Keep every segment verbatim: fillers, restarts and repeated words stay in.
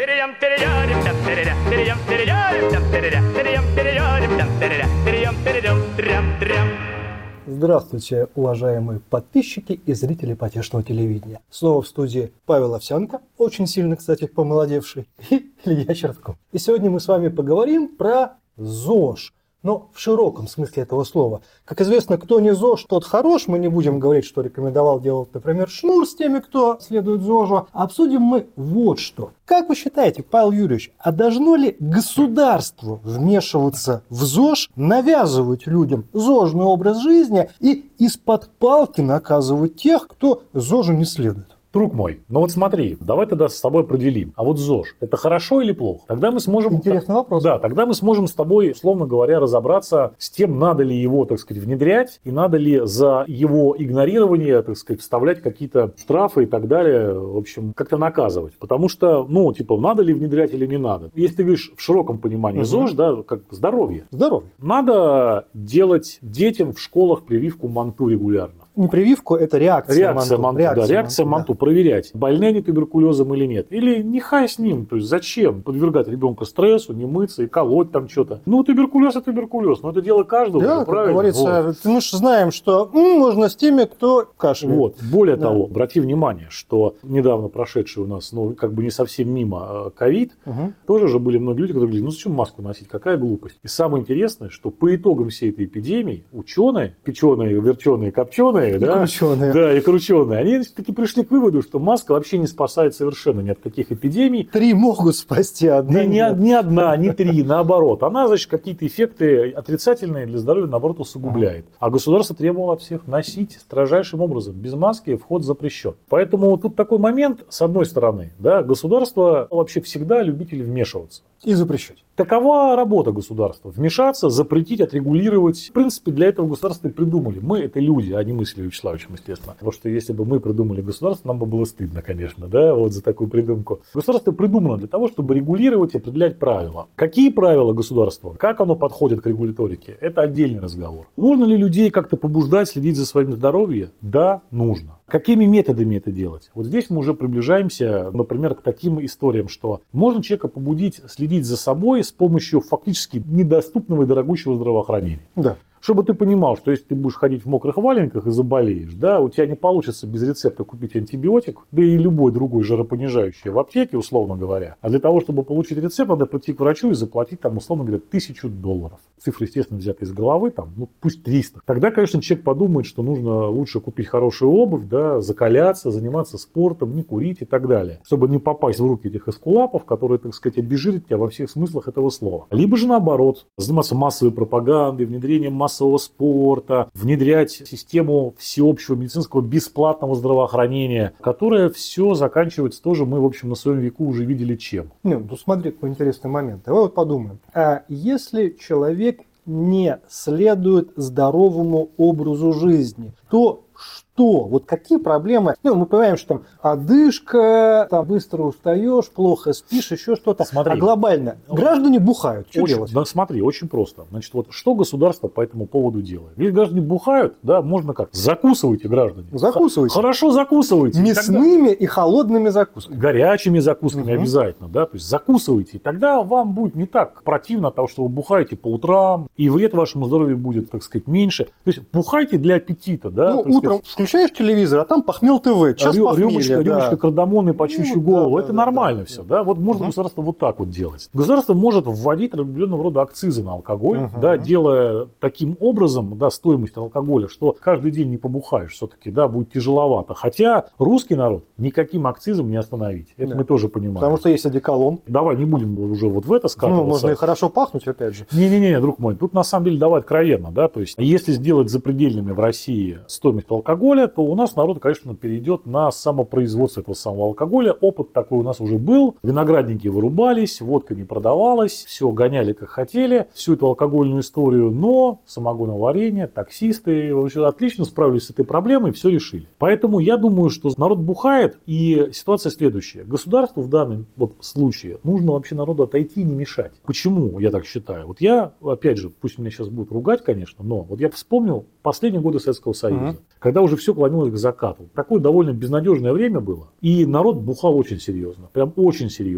Здравствуйте, уважаемые подписчики и зрители потешного телевидения. Снова в студии Павел Овсянко, очень сильно, кстати, помолодевший, и Илья Чертков. И сегодня мы с вами поговорим про ЗОЖ. Но в широком смысле этого слова. Как известно, кто не ЗОЖ, тот хорош. Мы не будем говорить, что рекомендовал делать, например, Шнур с теми, кто следует ЗОЖу. Обсудим мы вот что. Как вы считаете, Павел Юрьевич, а должно ли государство вмешиваться в ЗОЖ, навязывать людям ЗОЖный образ жизни и из-под палки наказывать тех, кто ЗОЖу не следует? Друг мой, ну вот смотри, давай тогда с тобой определим. А вот ЗОЖ, это хорошо или плохо? Тогда мы сможем... Интересный вопрос. Да, тогда мы сможем с тобой, условно говоря, разобраться с тем, надо ли его, так сказать, внедрять, и надо ли за его игнорирование, так сказать, вставлять какие-то штрафы и так далее, в общем, как-то наказывать. Потому что, ну, типа, надо ли внедрять или не надо. Если ты говоришь в широком понимании угу. ЗОЖ, да, как здоровье. Здоровье. Надо делать детям в школах прививку МАНТУ регулярно. Не прививку, это реакция, реакция МАНТУ. МАНТУ, Реакция, да, реакция МАНТУ, МАНТУ. Да. Проверять, больны они туберкулезом или нет. Или нехай с ним. То есть зачем подвергать ребенка стрессу, не мыться и колоть там что-то. Ну, туберкулез и туберкулез. Но это дело каждого. Да, как правильно? говорится, вот. Мы же знаем, что м, можно с теми, кто кашляет. Вот. Более да. того, обрати внимание, что недавно прошедший у нас, ну, как бы не совсем мимо ковид, угу. тоже же были многие люди, которые говорили, ну, зачем маску носить, какая глупость. И самое интересное, что по итогам всей этой эпидемии ученые, печеные, верченые, копченые, да, крученые. Да, и крученые. Они таки пришли к выводу, что маска вообще не спасает совершенно ни от каких эпидемий. Три могут спасти, одна не, не, не одна, не три, наоборот. Она, значит, какие-то эффекты отрицательные для здоровья, наоборот, усугубляет. А государство требовало от всех носить строжайшим образом. Без маски вход запрещен. Поэтому тут такой момент, с одной стороны, да, государство вообще всегда любитель вмешиваться. И запрещать. Такова работа государства. Вмешаться, запретить, отрегулировать. В принципе, для этого государство и придумали. Мы это люди, а не мы с Ильей Вячеславовичем, естественно. Потому что если бы мы придумали государство, нам бы было стыдно, конечно, да, вот за такую придумку. Государство придумано для того, чтобы регулировать и определять правила. Какие правила государства? Как оно подходит к регуляторике? Это отдельный разговор. Нужно ли людей как-то побуждать, следить за своим здоровьем? Да, нужно. Какими методами это делать? Вот здесь мы уже приближаемся, например, к таким историям, что можно человека побудить следить за собой с помощью фактически недоступного и дорогущего здравоохранения. Да. Чтобы ты понимал, что если ты будешь ходить в мокрых валенках и заболеешь, да, у тебя не получится без рецепта купить антибиотик, да и любой другой жаропонижающий в аптеке, условно говоря. А для того, чтобы получить рецепт, надо прийти к врачу и заплатить, там, условно говоря, тысячу долларов. Цифры, естественно, взяты из головы, там, ну, пусть триста. Тогда, конечно, человек подумает, что нужно лучше купить хорошую обувь, да, закаляться, заниматься спортом, не курить и так далее. Чтобы не попасть в руки этих эскулапов, которые, так сказать, обезжирят тебя во всех смыслах этого слова. Либо же наоборот, заниматься массовой пропагандой, внедрением массовой массового спорта, внедрять систему всеобщего медицинского бесплатного здравоохранения, которое все заканчивается тоже, мы, в общем, на своем веку уже видели чем. Ну, ну смотри, какой интересный момент. Давай вот подумаем. А если человек не следует здоровому образу жизни, то что? Вот какие проблемы? Ну, мы понимаем, что там одышка, там быстро устаешь, плохо спишь, еще что-то. Смотри. А глобально граждане бухают. Что очень, делать? Да, смотри, очень просто. Значит, вот что государство по этому поводу делает? Если граждане бухают, да, можно как? Закусывайте, граждане. Закусывайте. Хорошо закусывайте. Мясными тогда... и холодными закусками. Горячими закусками угу. обязательно, да, то есть закусывайте. И тогда вам будет не так противно от того, что вы бухаете по утрам, и вред вашему здоровью будет, так сказать, меньше. То есть бухайте для аппетита, да. Ну, утром сказать... включаешь телевизор, а там Похмел ТВ, час Рё, похмелья. Рюмочка, да. рюмочка кардамона по чуть-чуть ну, голову, да, это да, нормально да, все, да. да. Вот может угу. государство вот так вот делать. Государство может вводить определенного рода акцизы на алкоголь, угу. да, делая таким образом, да, стоимость алкоголя, что каждый день не побухаешь все-таки, да, будет тяжеловато. Хотя русский народ никаким акцизом не остановить. Это да. мы тоже понимаем. Потому что есть одеколон. Давай не будем уже вот в это скатываться. Ну, можно и хорошо пахнуть, опять же. Не-не-не, друг мой, тут на самом деле давай откровенно, да, то есть если сделать запредельными в России стоимость алкоголя, то у нас народ, конечно, перейдет на самопроизводство этого самого алкоголя. Опыт такой у нас уже был. Виноградники вырубались, водка не продавалась, все гоняли как хотели, всю эту алкогольную историю, но самогоноварение, таксисты вообще отлично справились с этой проблемой, все решили. Поэтому я думаю, что народ бухает, и ситуация следующая. Государству в данном вот случае нужно вообще народу отойти и не мешать. Почему я так считаю? Вот я, опять же, пусть меня сейчас будут ругать, конечно, но вот я вспомнил последние годы Советского Союза, uh-huh. когда уже все клонилось к закату. Такое довольно безнадежное время было, и народ бухал очень серьезно, прям очень серьезно.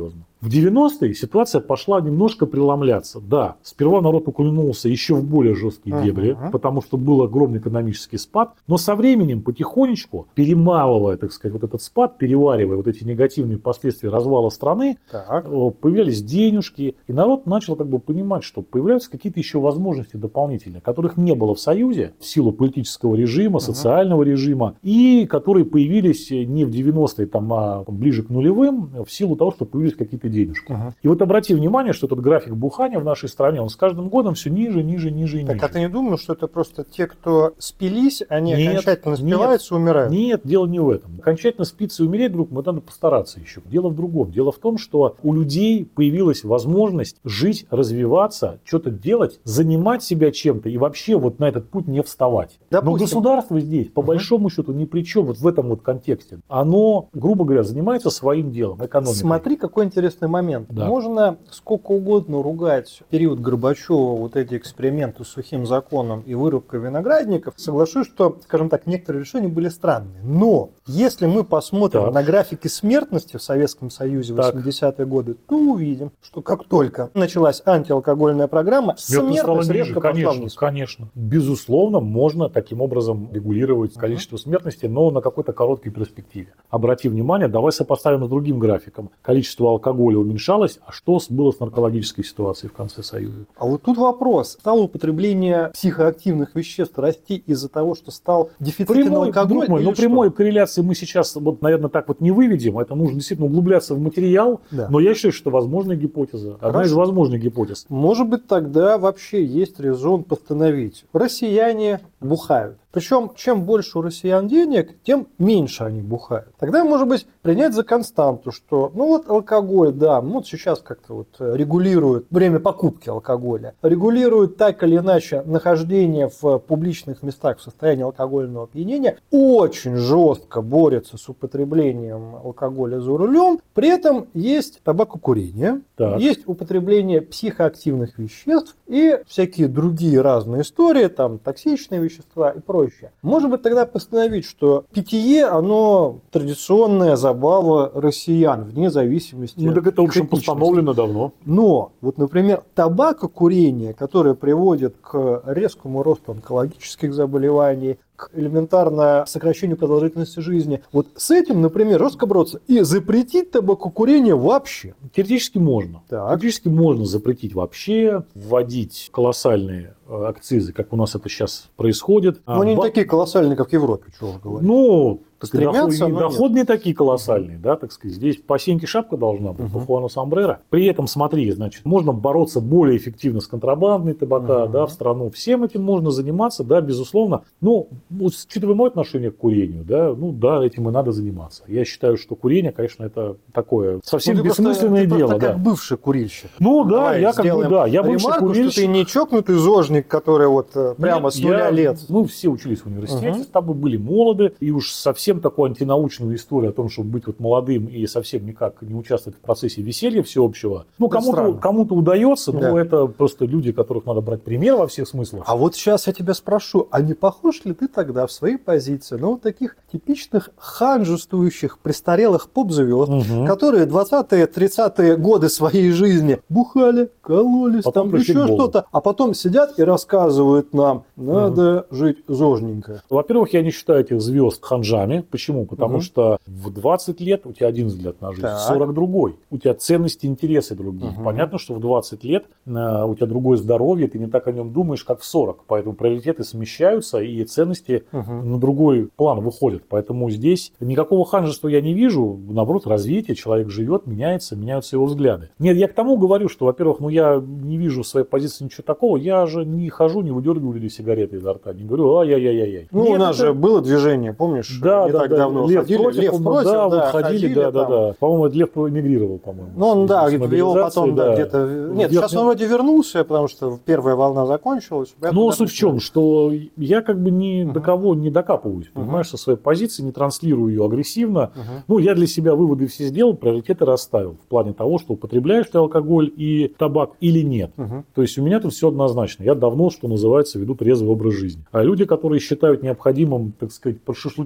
В девяностые ситуация пошла немножко преломляться. Да, сперва народ уклонулся еще в более жесткие дебри, uh-huh. потому что был огромный экономический спад, но со временем потихонечку, перемалывая, так сказать, вот этот спад, переваривая вот эти негативные последствия развала страны, так. появлялись денежки, и народ начал как бы понимать, что появляются какие-то еще возможности дополнительные, которых не было в Союзе в силу политического режима, uh-huh. социального режима, и которые появились не в девяностые, там, а ближе к нулевым, в силу того, что появились какие-то денежки. Uh-huh. И вот обрати внимание, что этот график бухания в нашей стране, он с каждым годом все ниже, ниже, ниже и так, ниже. Так, а ты не думал, что это просто те, кто спились, они нет, окончательно спиваются и умирают? Нет, дело не в этом. Окончательно спиться и умереть, друг, мы надо постараться еще. Дело в другом. Дело в том, что у людей появилась возможность жить, развиваться, что-то делать, занимать себя чем-то и вообще вот на этот путь не вставать. Допустим. Но государство здесь, по uh-huh. большому счету, ни при чем вот в этом вот контексте. Оно, грубо говоря, занимается своим делом, экономикой. Смотри, какой интересный момент. Да. Можно сколько угодно ругать период Горбачева, вот эти эксперименты с сухим законом и вырубка виноградников. Соглашусь, что, скажем так, некоторые решения были странные. Но если мы посмотрим так. на графики смертности в Советском Союзе в восьмидесятые годы, то увидим, что как только началась антиалкогольная программа, смертность резко пошла вниз. Конечно. Безусловно, можно таким образом регулировать uh-huh. количество смертности, но на какой-то короткой перспективе. Обрати внимание, давай сопоставим с другим графиком. Количество алкоголя уменьшалось, а что было с наркологической ситуацией в конце Союза? А вот тут вопрос. Стало употребление психоактивных веществ расти из-за того, что стал дефицитен алкоголь? Думаю, но прямой корреляции мы сейчас, вот, наверное, так вот не выведем. Это нужно действительно углубляться в материал. Да. Но я считаю, что возможная гипотеза. Одна Хорошо. из возможных гипотез. Может быть, тогда вообще есть резон постановить. Россияне бухают. Причем, чем больше у россиян денег, тем меньше они бухают. Тогда, может быть, принять за константу, что, ну вот алкоголь, да, ну вот сейчас как-то вот регулируют время покупки алкоголя, регулируют так или иначе нахождение в публичных местах в состоянии алкогольного опьянения, очень жестко борется с употреблением алкоголя за рулем, при этом есть табакокурение, так. есть употребление психоактивных веществ и всякие другие разные истории, там токсичные вещества и прочее. Может быть, тогда постановить, что питье, оно традиционная забава россиян, вне зависимости ну, так это уже постановлено давно. Но, вот, например, табакокурение, которое приводит к резкому росту онкологических заболеваний, к элементарно сокращению продолжительности жизни. Вот с этим, например, жестко бороться и запретить табакокурение вообще. Теоретически можно. Так. Теоретически можно запретить вообще, вводить колоссальные акцизы, как у нас это сейчас происходит. Но они не такие колоссальные, как в Европе, чего вы говорите. Ну, стремятся, доход, доход не такие колоссальные, да, так сказать. Здесь по сеньке шапка должна быть, uh-huh. по Хуану сомбреро. При этом, смотри, значит, можно бороться более эффективно с контрабандой табака, uh-huh. да, в страну. Всем этим можно заниматься, да, безусловно. Ну, учитывая мое отношение к курению, да, ну да, этим и надо заниматься. Я считаю, что курение, конечно, это такое совсем ну, бессмысленное просто, дело. Ты да. как бывший курильщик. Ну да, Давай я как бы, да, я бывший ремарку, курильщик. Что ты не чокнутый зожник, который вот прямо Нет, с нуля я, лет. Мы все учились в университете, uh-huh. с тобой были молоды, и уж совсем такой антинаучный историю о том, чтобы быть вот молодым и совсем никак не участвовать в процессе веселья всеобщего. Ну, кому-то, кому-то удается, да. но это просто люди, которых надо брать пример во всех смыслах. А вот сейчас я тебя спрошу, а не похож ли ты тогда в своей позиции на вот таких типичных ханжествующих престарелых поп-звезд, угу. которые двадцатые-тридцатые годы своей жизни бухали, кололись, потом там еще что-то, а потом сидят и рассказывают нам, надо угу. жить зожненько. Во-первых, я не считаю этих звезд ханжами. Почему? Потому угу. что в двадцать лет у тебя один взгляд на жизнь, так. в сорок другой. У тебя ценности, интересы другие. Угу. Понятно, что в двадцать лет э, у тебя другое здоровье, ты не так о нем думаешь, как в сорок. Поэтому приоритеты смещаются, и ценности угу. на другой план выходят. Поэтому здесь никакого ханжества я не вижу. Наоборот, развитие, человек живет, меняется, меняются его взгляды. Нет, я к тому говорю, что, во-первых, ну я не вижу в своей позиции ничего такого. Я же не хожу, не выдергиваю ли сигареты изо рта. Не говорю, ай-яй-яй-яй. Ну, Нет, у нас это... же было движение, помнишь? Да, не да, так да. давно. Лев ходили, против, Лев против, да, да, вот ходили, ходили да, там. да, да. По-моему, Лев эмигрировал, по-моему. Ну, он, да, его потом, да, да где-то... Нет, Лев... сейчас он вроде вернулся, потому что первая волна закончилась. Ну, суть в чем, что я как бы ни uh-huh. до кого не докапываюсь, uh-huh. понимаешь, со своей позиции, не транслирую ее агрессивно. Uh-huh. Ну, я для себя выводы все сделал, приоритеты расставил в плане того, что употребляешь ты алкоголь и табак или нет. Uh-huh. То есть у меня тут все однозначно. Я давно, что называется, веду трезвый образ жизни. А люди, которые считают необходимым, так сказать, под шашлычок употреблять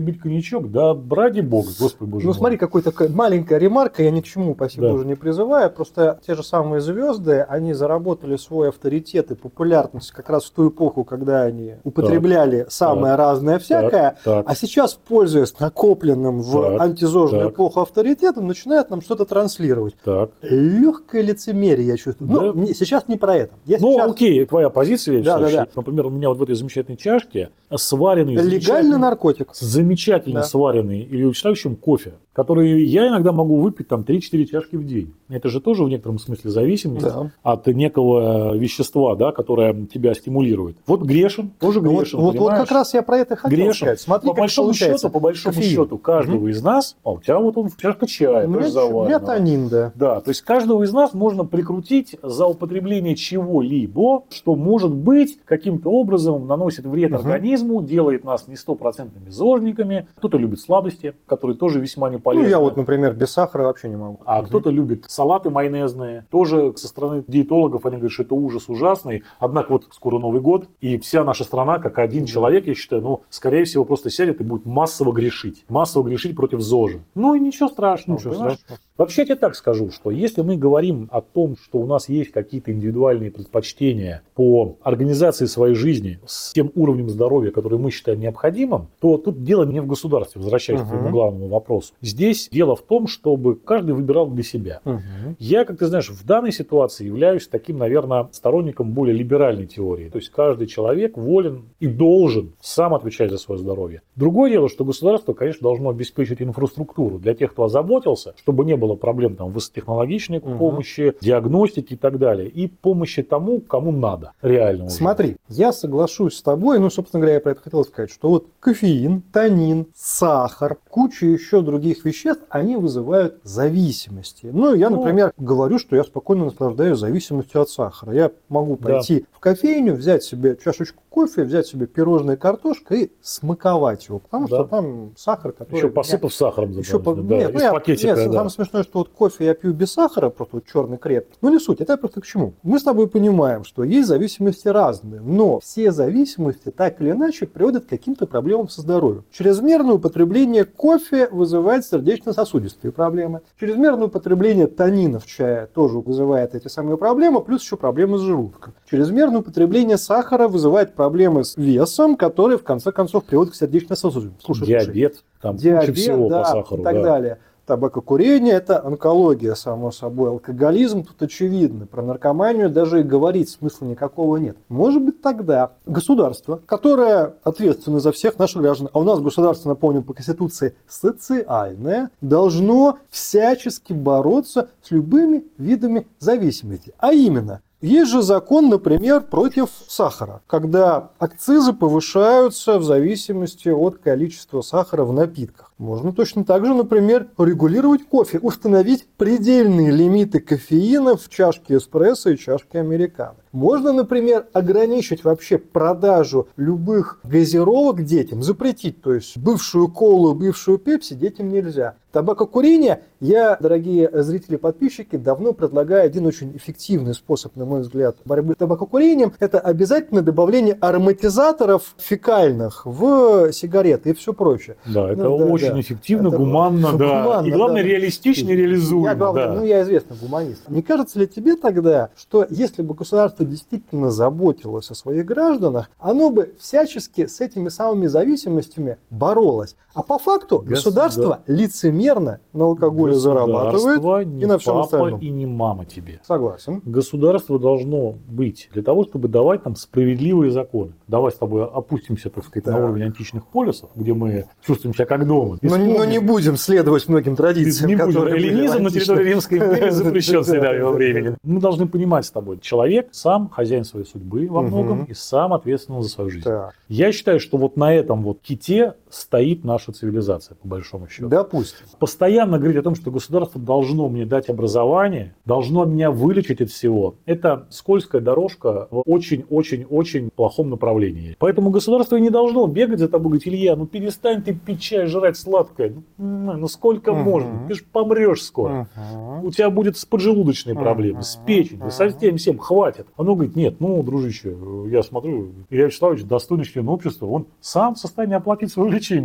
любить коньячок? Да, ради бога, господи боже Ну мой. смотри, какая-то маленькая ремарка, я ни к чему, спасибо, Да. уже не призываю, просто те же самые звезды, они заработали свой авторитет и популярность как раз в ту эпоху, когда они употребляли самое разное всякое, так. а сейчас, пользуясь накопленным в Так, антизожную так. эпоху авторитетом, начинают нам что-то транслировать. Так. Легкое лицемерие, я чувствую. Да. Ну, не- сейчас не про это. Я Ну, сейчас... окей, твоя позиция, я Да, считаю, да, да. что, например, у меня вот в этой замечательной чашке сваренный, Легальный замечательный, наркотик. замечательно Да. сваренный или улучшающим кофе, который я иногда могу выпить там три-четыре чашки в день. Это же тоже в некотором смысле зависимость Да. от некого вещества, да, которое тебя стимулирует. Вот грешен, тоже Ну, грешен, вот, вот, вот понимаешь? как раз я про это хотел Грешен. сказать. Смотри, по как большому получается. счету, по большому Кофеин. счету, каждого Мгм. из нас, а у тебя вот он чашка чая, У меня, тоже ч- у меня заваренного. тонин, да. Да, то есть каждого из нас можно прикрутить за употребление чего-либо, что может быть каким-то образом наносит вред Мгм. организму, делает нас не стопроцентными зожниками. Кто-то любит сладости, которые тоже весьма не полезны. Ну, я вот, например, без сахара вообще не могу. А Мгм. кто-то любит салаты майонезные. Тоже со стороны диетологов они говорят, что это ужас ужасный. Однако вот скоро Новый год, и вся наша страна, как один человек, я считаю, ну, скорее всего, просто сядет и будет массово грешить. Массово грешить против ЗОЖа. Ну и ничего страшного. Ничего понимаешь? страшного. Вообще, я тебе так скажу, что если мы говорим о том, что у нас есть какие-то индивидуальные предпочтения по организации своей жизни с тем уровнем здоровья, который мы считаем необходимым, то тут дело не в государстве, возвращаясь к твоему Мгм. главному вопросу. Здесь дело в том, чтобы каждый выбирал для себя. Мгм. Я, как ты знаешь, в данной ситуации являюсь таким, наверное, сторонником более либеральной теории. То есть каждый человек волен и должен сам отвечать за свое здоровье. Другое дело, что государство, конечно, должно обеспечить инфраструктуру для тех, кто озаботился, чтобы не было проблем там, высокотехнологичной Мгм. помощи, диагностики и так далее. И помощи тому, кому надо. Реально. уже. Смотри, я соглашусь с тобой, ну, собственно говоря, я про это хотел сказать, что вот кофеин, тонин, сахар, куча еще других веществ, они вызывают зависимости. Ну, я, Ну. например, говорю, что я спокойно наслаждаюсь зависимостью от сахара. Я могу Да. пойти в кофейню, взять себе чашечку кофе, взять себе пирожное картошка и смаковать его, потому Да. что там сахар, который... Еще меня- посыпав сахаром. Еще по... дополнительно, да, Нет, ну из я- пакетика. нет, да. самое смешное, что вот кофе я пью без сахара, просто вот черный креп. Ну не суть, это я просто к чему. Мы с тобой понимаем, что есть зависимости разные, но все зависимости так или иначе приводят к каким-то проблемам со здоровьем. Чрезмерное употребление кофе вызывает сердечно-сосудистые проблемы. Чрезмерное употребление тонина в чае тоже вызывает эти самые проблемы, плюс еще проблемы с желудком. Чрезмерное употребление сахара вызывает проблемы с весом, которые в конце концов приводят к сердечно-сосудистым. Слушай, слушай. Диабет. Там Диабет, куча всего да, по сахару. и так да. далее. Табакокурение – это онкология, само собой. Алкоголизм тут очевидно. Про наркоманию даже и говорить смысла никакого нет. Может быть, тогда государство, которое ответственно за всех наших граждан, а у нас государство, напомню, по Конституции социальное, должно всячески бороться с любыми видами зависимости. А именно, есть же закон, например, против сахара, когда акцизы повышаются в зависимости от количества сахара в напитках. Можно точно так же, например, регулировать кофе, установить предельные лимиты кофеина в чашке эспрессо и чашке американо. Можно, например, ограничить вообще продажу любых газировок детям, запретить, то есть бывшую колу, бывшую пепси детям нельзя. Табакокурение, я, дорогие зрители и подписчики, давно предлагаю один очень эффективный способ, на мой взгляд, борьбы с табакокурением. Это обязательно добавление ароматизаторов фекальных в сигареты и все прочее. Да, это Ну, да, очень да. эффективно, Это гуманно, да. гуманно, И главное, да. реалистично и реализуемо. Я, главное, да. ну, я известный гуманист. Не кажется ли тебе тогда, что если бы государство действительно заботилось о своих гражданах, оно бы всячески с этими самыми зависимостями боролось? А по факту Гос- государство лицемерно на алкоголе зарабатывает Государство и не на всем папа остальном. и не мама тебе. Согласен. Государство должно быть для того, чтобы давать нам справедливые законы. Давай с тобой опустимся, так сказать, Так. на уровень античных полисов, где мы чувствуем себя как дома. И Но, не- но вспомним, не будем следовать многим традициям, не будем. которые были Эллинизм в на территории античных- Римской империи запрещен с Да, недавнего да, времени. да. Мы должны понимать с тобой, человек сам хозяин своей судьбы во Мгм. многом и сам ответственен за свою жизнь. Так, Я считаю, что вот на этом вот ките стоит наша цивилизация, по большому счету. допустим. Постоянно говорить о том, что государство должно мне дать образование, должно меня вылечить от всего, это скользкая дорожка в очень-очень-очень плохом направлении. Поэтому государство и не должно бегать за тобой, говорить: Илья, ну перестань ты пить чай, жрать сладкое. Ну, ну сколько Мгм. можно? Ты же помрешь скоро. Мгм. У тебя будет с поджелудочной проблемы, с печенью, Мгм. совсем всем хватит. Оно говорит: нет, ну, дружище, я смотрю, Илья Вячеславович достойный член общества, он сам в состоянии оплатить свое лечение. Чего мы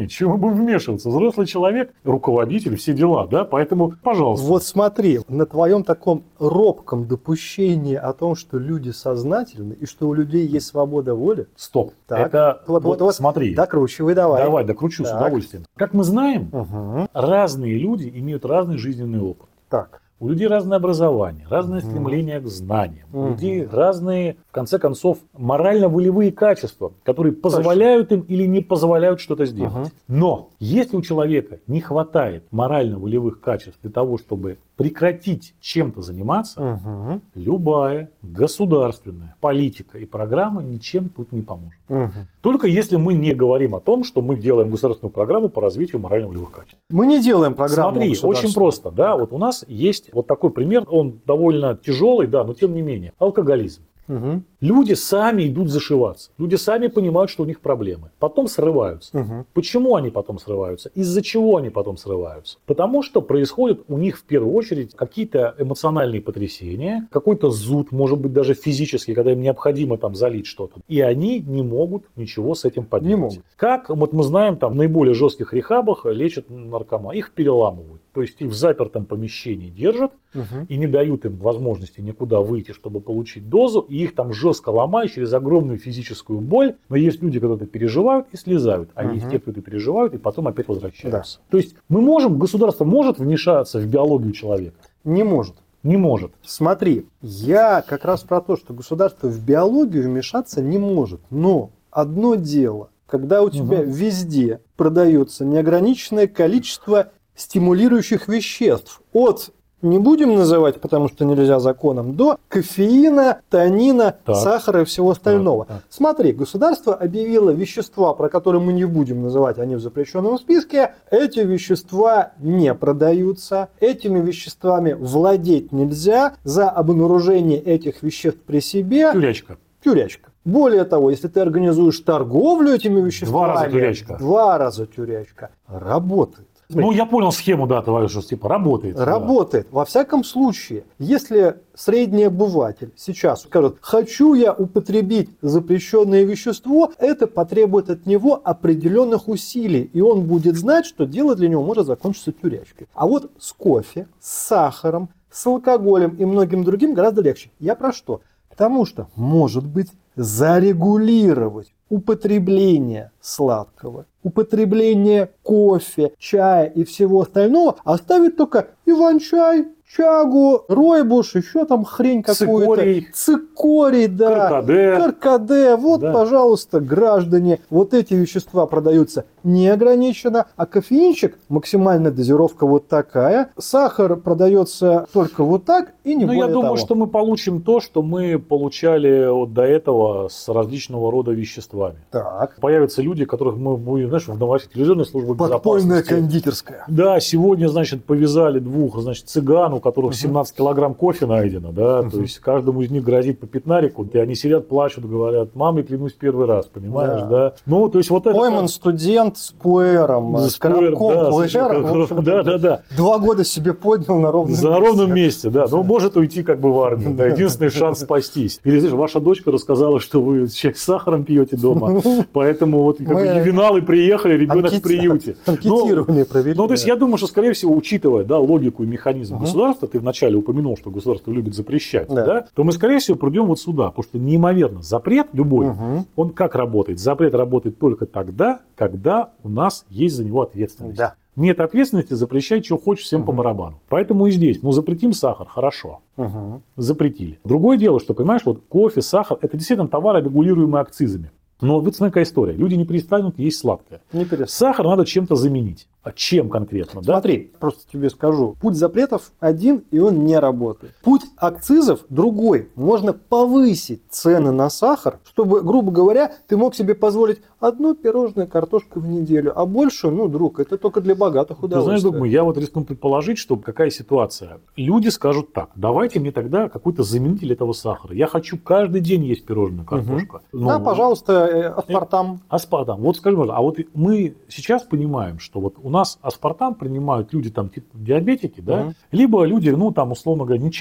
будем вмешиваться. Взрослый человек, руководитель, все дела, да, поэтому, пожалуйста. Вот смотри, на твоем таком робком допущении о том, что люди сознательны и что у людей есть свобода воли. Стоп. Так. Это, Вот, вот, вот, вот, смотри. Докручивай давай. Давай, докручу Так. с удовольствием. Как мы знаем, Угу. разные люди имеют разный жизненный опыт. Так. У людей разное образование, разное Мгм. стремление к знаниям. У Мгм. людей разные, в конце концов, морально-волевые качества, которые позволяют им или не позволяют что-то сделать. Мгм. Но если у человека не хватает морально-волевых качеств для того, чтобы прекратить чем-то заниматься, Угу. любая государственная политика и программа ничем тут не поможет. Угу. Только если мы не говорим о том, что мы делаем государственную программу по развитию морально-волевых качеств. Мы не делаем программу. Смотри, очень государственную. просто, да, вот у нас есть вот такой пример, он довольно тяжелый, да, но тем не менее, алкоголизм. Мгм. Люди сами идут зашиваться, люди сами понимают, что у них проблемы, потом срываются. Мгм. Почему они потом срываются? Из-за чего они потом срываются? Потому что происходят у них в первую очередь какие-то эмоциональные потрясения, какой-то зуд, может быть даже физический, когда им необходимо там залить что-то. И они не могут ничего с этим поделать. Не могут. Как вот мы знаем, там в наиболее жестких рехабах лечат наркоманов, их переламывают. То есть их в запертом помещении держат Мгм. и не дают им возможности никуда выйти, чтобы получить дозу, и их там жестко ломают через огромную физическую боль. Но есть люди, которые это переживают и слезают, а Мгм. есть те, кто это переживают и потом опять возвращаются. То есть мы можем, государство может вмешаться в биологию человека? Не может. Не может. Смотри, я как раз про то, что государство в биологию вмешаться не может. Но одно дело, когда у тебя Мгм. везде продается неограниченное количество стимулирующих веществ. От, не будем называть, потому что нельзя законом, до кофеина, тонина, Так. сахара и всего остального. Так, так. Смотри, государство объявило вещества, про которые мы не будем называть, они в запрещенном списке. Эти вещества не продаются. Этими веществами владеть нельзя. За обнаружение этих веществ при себе Тюрячка. тюрячка. Более того, если ты организуешь торговлю этими веществами, Два раза тюрячка. Два раза тюрячка. Работает. Ну, я понял схему, да, твою, что типа работает. да. Работает. Во всяком случае, если средний обыватель сейчас скажет, хочу я употребить запрещенное вещество, это потребует от него определенных усилий, и он будет знать, что дело для него может закончиться тюрячкой. А вот с кофе, с сахаром, с алкоголем и многим другим гораздо легче. Я про что? Потому что, может быть, зарегулировать употребление сладкого, употребление кофе, чая и всего остального, оставить только иван-чай, чагу, ройбуш, еще там хрень какую-то. Цикорий. Цикорий, да. Каркаде. Каркаде. Вот, Да. пожалуйста, граждане, вот эти вещества продаются неограниченно, а кофеинчик, максимальная дозировка вот такая, сахар продается только вот так и не Ну, более я думаю, того. что мы получим то, что мы получали вот до этого с различного рода веществами. Так. Появятся люди, которых мы будем, знаешь, в новостях телевизионной службы Подпольная безопасности. кондитерская. Да, сегодня, значит, повязали двух, значит, цыган, у которых семнадцать килограмм кофе найдено, да, то есть каждому из них грозит по пятнарику, и они сидят, плачут, говорят, маме клянусь первый раз, понимаешь, Да. да. Ну, то есть вот это... Пойман студент с пуэром, с Спойлер, коробком да, пуэра. В общем, да, да, да. Два года себе поднял на ровном За месте. ровном месте, да. Но может уйти как бы в армию. Да, единственный шанс спастись. Или, знаешь, ваша дочка рассказала, что вы чай с сахаром пьете дома, поэтому вот как бы Мы ювеналы приехали, ребенок в анкет- приюте. Но- Анкетирование провели. Ну, то есть, да. я думаю, что, скорее всего, учитывая, да, логику и механизм Мгм. государства, ты вначале упомянул, что государство любит запрещать, Да. да, то мы, скорее всего, придем вот сюда, потому что неимоверно запрет любой, Мгм. он как работает? Запрет работает только тогда, когда у нас есть за него ответственность. Да. Нет ответственности, запрещай, что хочешь, всем по Мгм. барабану. Поэтому и здесь, ну, запретим сахар, хорошо. Мгм. Запретили. Другое дело, что, понимаешь, вот кофе, сахар, это действительно товары, регулируемые акцизами. Но вот смотри, какая история. Люди не перестанут есть сладкое. Не перестань. Сахар надо чем-то заменить. А чем конкретно? Да? Смотри, просто тебе скажу. Путь запретов один, и он не работает. Путь акцизов другой. Можно повысить цены на сахар, чтобы, грубо говоря, ты мог себе позволить одно пирожное картошка в неделю, а больше, ну, друг, это только для богатых Ты знаешь, удовольствия. думаю, я вот рискну предположить, что какая ситуация. Люди скажут так, давайте мне тогда какой-то заменитель этого сахара. Я хочу каждый день есть пирожную картошку. Ну, Да, пожалуйста, э, аспартам. аспартам. Вот скажем, а вот мы сейчас понимаем, что вот у нас аспартам принимают люди там типа диабетики, да, Мгм. либо люди, ну там условно говоря, нечастые его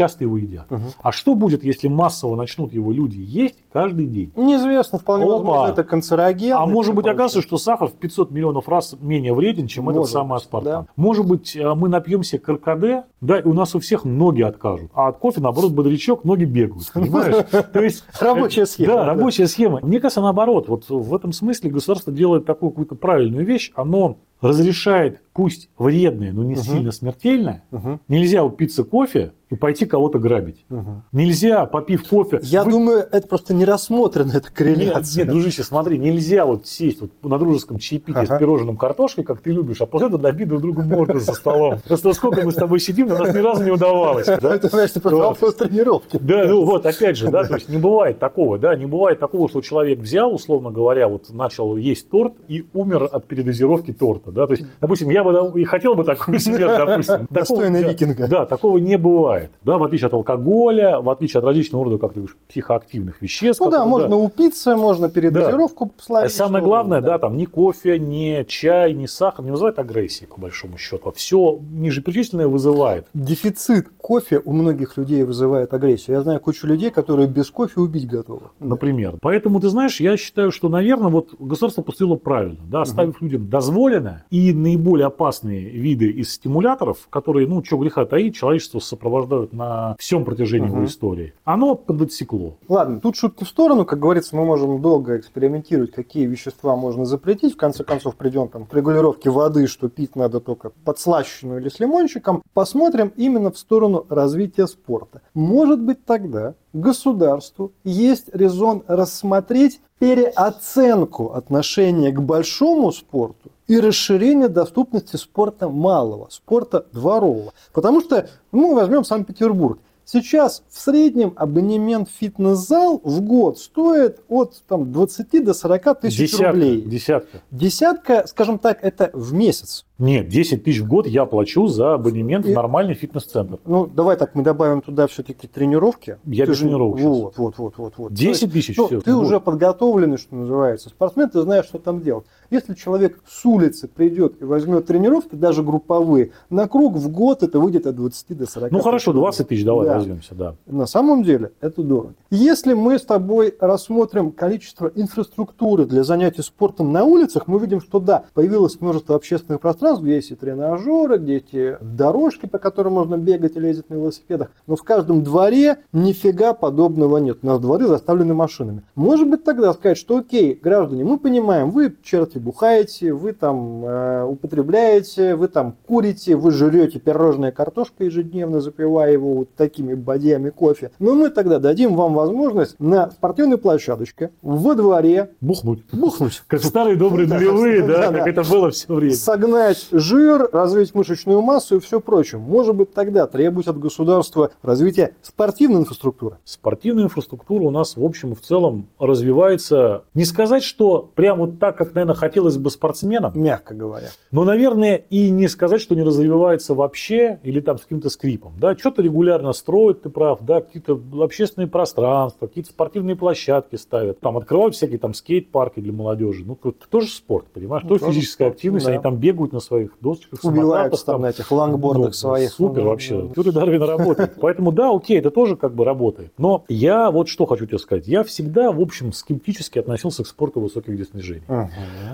едят. Угу. А что будет, если массово начнут его люди есть каждый день? Неизвестно, вполне Опа. возможно, это канцероген. А может быть, оказывается, что сахар в пятьсот миллионов раз менее вреден, чем Может этот самый аспартам. да. Может быть, мы напьемся каркаде, да, и у нас у всех ноги откажут. А от кофе, наоборот, бодрячок, ноги бегают. Понимаешь? То есть Рабочая схема. Да, рабочая схема. Мне кажется, наоборот. Вот в этом смысле государство делает такую какую-то правильную вещь. Оно разрешает, пусть вредное, но не Угу. сильно смертельное. Угу. Нельзя упиться кофе и пойти кого-то грабить. Угу. Нельзя, попив кофе... Я вы... думаю, это просто не рассмотрено, эта корреляция. Нет, нет, дружище, смотри, нельзя вот сесть вот на дружеском чаепитии Ага. с пирожным картошкой, как ты любишь, а после этого добить друг другу морду за столом. Просто сколько мы с тобой сидим, у нас ни разу не удавалось. Да? Это, значит, просто Вот. вопрос тренировки. Да, ну вот, опять же, да, то есть не бывает такого, да, не бывает такого, что человек взял, условно говоря, вот начал есть торт и умер от передозировки торта, да, то есть, допустим, я бы и хотел бы такой себе, допустим. Достойный такого, викинга. Да, такого не бывает, да, в отличие от алкоголя, в отличие от различного рода, как ты говоришь, психоактивных веществ. Ну да, которые, можно упиться, можно передозировку А словить. самое что главное, угодно, да, там ни кофе, ни чай, ни сахар не вызывает агрессии, по большому счету. Все нижеперечисленное вызывает. Дефицит кофе у многих людей вызывает агрессию. Я знаю кучу людей, которые без кофе убить готовы. Например. Поэтому, ты знаешь, я считаю, что, наверное, вот государство поступило правильно, да, оставив угу. людям дозволенное и наиболее опасные виды из стимуляторов, которые, ну, что греха таить, человечество сопровождают на всем протяжении угу. его истории. Оно подотсекло. Ладно, тут шутки в сторону. Как говорится, мы можем долго экспериментировать, какие вещества можно запретить. В конце концов, придем там, к регулировке воды, что пить надо только подслащенную или с лимончиком. Посмотрим именно в сторону развития спорта. Может быть, тогда государству есть резон рассмотреть переоценку отношения к большому спорту и расширение доступности спорта малого, спорта дворового. Потому что, ну, возьмем Санкт-Петербург. Сейчас в среднем абонемент в фитнес-зал в год стоит от там, двадцати до сорока тысяч Десятка, рублей. Десятка. Десятка, скажем так, это в месяц. Нет, десять тысяч в год я плачу за абонемент И... в нормальный фитнес-центр. Ну, давай так, мы добавим туда все-таки тренировки. Я без тренировок сейчас. Вот, вот, вот, вот, вот. десять тысяч ну, все. Ты уже подготовленный, что называется. Спортсмен, ты знаешь, что там делать. Если человек с улицы придет и возьмет тренировки, даже групповые, на круг в год это выйдет от двадцати до сорока. Ну хорошо, двадцать тысяч давай да. возьмемся, да. На самом деле это дорого. Если мы с тобой рассмотрим количество инфраструктуры для занятий спортом на улицах, мы видим, что да, появилось множество общественных пространств, где есть и тренажеры, где эти дорожки, по которым можно бегать или ездить на велосипедах, но в каждом дворе нифига подобного нет. У нас дворы заставлены машинами. Может быть тогда сказать, что окей, граждане, мы понимаем, вы черти бухаете, вы там э, употребляете, вы там курите, вы жрете пирожное картошкой ежедневно, запивая его вот такими бадьями кофе. Но мы тогда дадим вам возможность на спортивной площадочке во дворе бухнуть. Бухнуть. Как в старые добрые нулевые, да, как это было все время. Согнать жир, развить мышечную массу и все прочее. Может быть, тогда требовать от государства развития спортивной инфраструктуры. Спортивная инфраструктура у нас, в общем и в целом, развивается. Не сказать, что прям вот так, как, наверное, хотелось бы спортсменам. Мягко говоря. Но, наверное, и не сказать, что не развивается вообще или там с каким-то скрипом. Да, что-то регулярно строят, ты прав, да, какие-то общественные пространства, какие-то спортивные площадки ставят. Там открывают всякие там скейт-парки для молодежи. Ну, это тоже спорт, понимаешь? Ну, тоже тоже физическая спорт, активность, да. они там бегают на своих досочках, Убиваются самокатах. там на этих лангбордах Ну, своих. Супер Ну, вообще. ну, Теория Дарвина работает. Поэтому да, окей, это тоже как бы работает. Но я вот что хочу тебе сказать. Я всегда, в общем, скептически относился к спорту высоких достижений. Ага.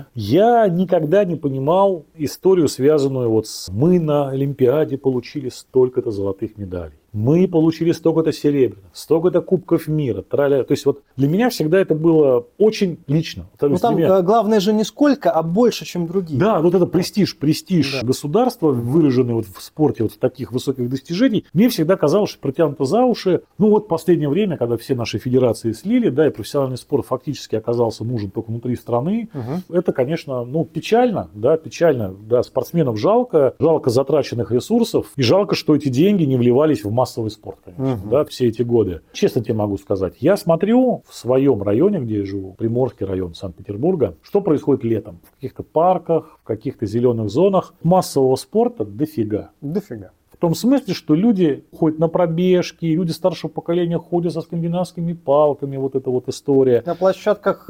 Я никогда не понимал историю, связанную вот с «мы на Олимпиаде получили столько-то золотых медалей». Мы получили столько-то серебряных, столько-то кубков мира. Траля. То есть вот для меня всегда это было очень лично. То Ну есть там для меня... главное же не сколько, а больше, чем другие. Да, вот это престиж, престиж Да. государства, выраженный вот в спорте вот в таких высоких достижений, мне всегда казалось, что протянуто за уши. Ну вот в последнее время, когда все наши федерации слили, да, и профессиональный спорт фактически оказался нужен только внутри страны, Угу. это, конечно, ну печально, да, печально, да, спортсменов жалко, жалко затраченных ресурсов, и жалко, что эти деньги не вливались в массовый спорт, конечно, Угу. да, все эти годы. Честно тебе могу сказать, я смотрю в своем районе, где я живу, Приморский район Санкт-Петербурга, что происходит летом. В каких-то парках, в каких-то зеленых зонах массового спорта дофига. Дофига. В том смысле, что люди ходят на пробежки, люди старшего поколения ходят со скандинавскими палками, вот эта вот история. На площадках